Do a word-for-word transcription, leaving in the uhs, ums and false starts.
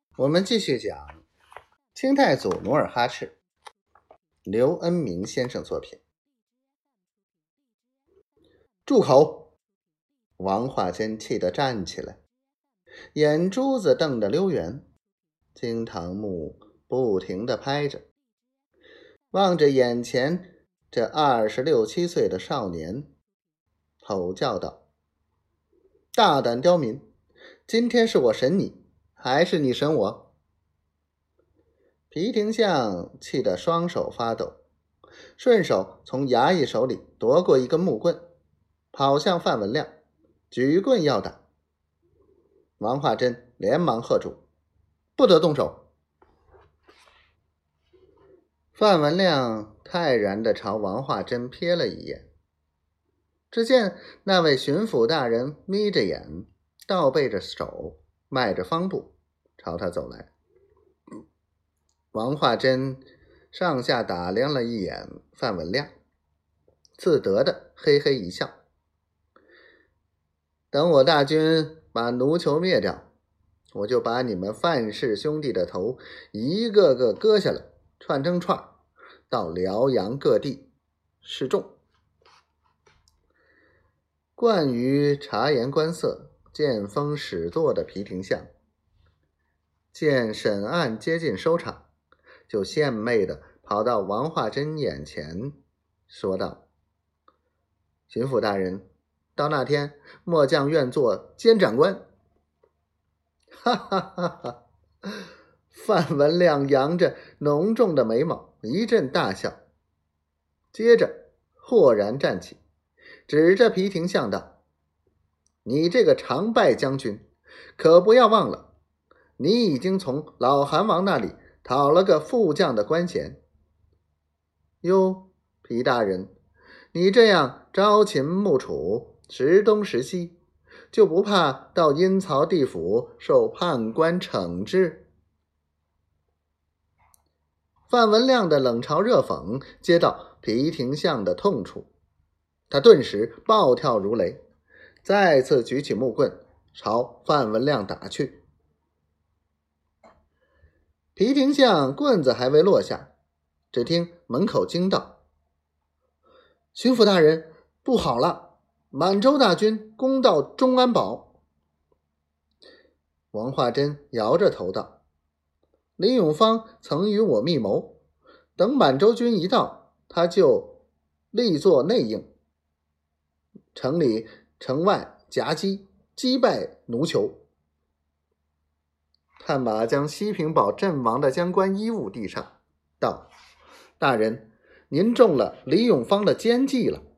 我们继续讲清太祖努尔哈赤，刘恩明先生作品。住口！王化贞气得站起来，眼珠子瞪得溜圆，惊堂木不停地拍着，望着眼前这二十六七岁的少年，吼叫道：大胆刁民，今天是我审你，还是你审我？皮廷相气得双手发抖，顺手从衙役手里夺过一根木棍，跑向范文亮，举棍要打。王化贞连忙喝住：不得动手！范文亮泰然地朝王化贞瞥了一眼，只见那位巡抚大人眯着眼，倒背着手，迈着方步朝他走来。王化贞上下打量了一眼范文亮，自得的嘿嘿一笑：等我大军把奴酋灭掉，我就把你们范氏兄弟的头一个个割下来，串成串，到辽阳各地示众。惯于察言观色、见风使舵的皮廷相，见审案接近收场，就献媚地跑到王化贞眼前说道：巡抚大人，到那天末将愿做监斩官。哈哈哈哈！范文亮扬着浓重的眉毛，一阵大笑，接着豁然站起，指着皮廷相道：你这个常败将军，可不要忘了，你已经从老韩王那里讨了个副将的官衔。哟，皮大人，你这样朝秦暮楚，时东时西，就不怕到阴曹地府受判官惩治？范文亮的冷嘲热讽接到皮廷相的痛处，他顿时暴跳如雷，再次举起木棍朝范文亮打去。皮廷相棍子还未落下，只听门口惊道：巡抚大人，不好了，满洲大军攻到中安堡。王化贞摇着头道：李永芳曾与我密谋，等满洲军一到，他就立作内应，城里城外夹击，击败奴酋。探马将西平堡阵亡的将官衣物递上，道：大人，您中了李永芳的奸计了。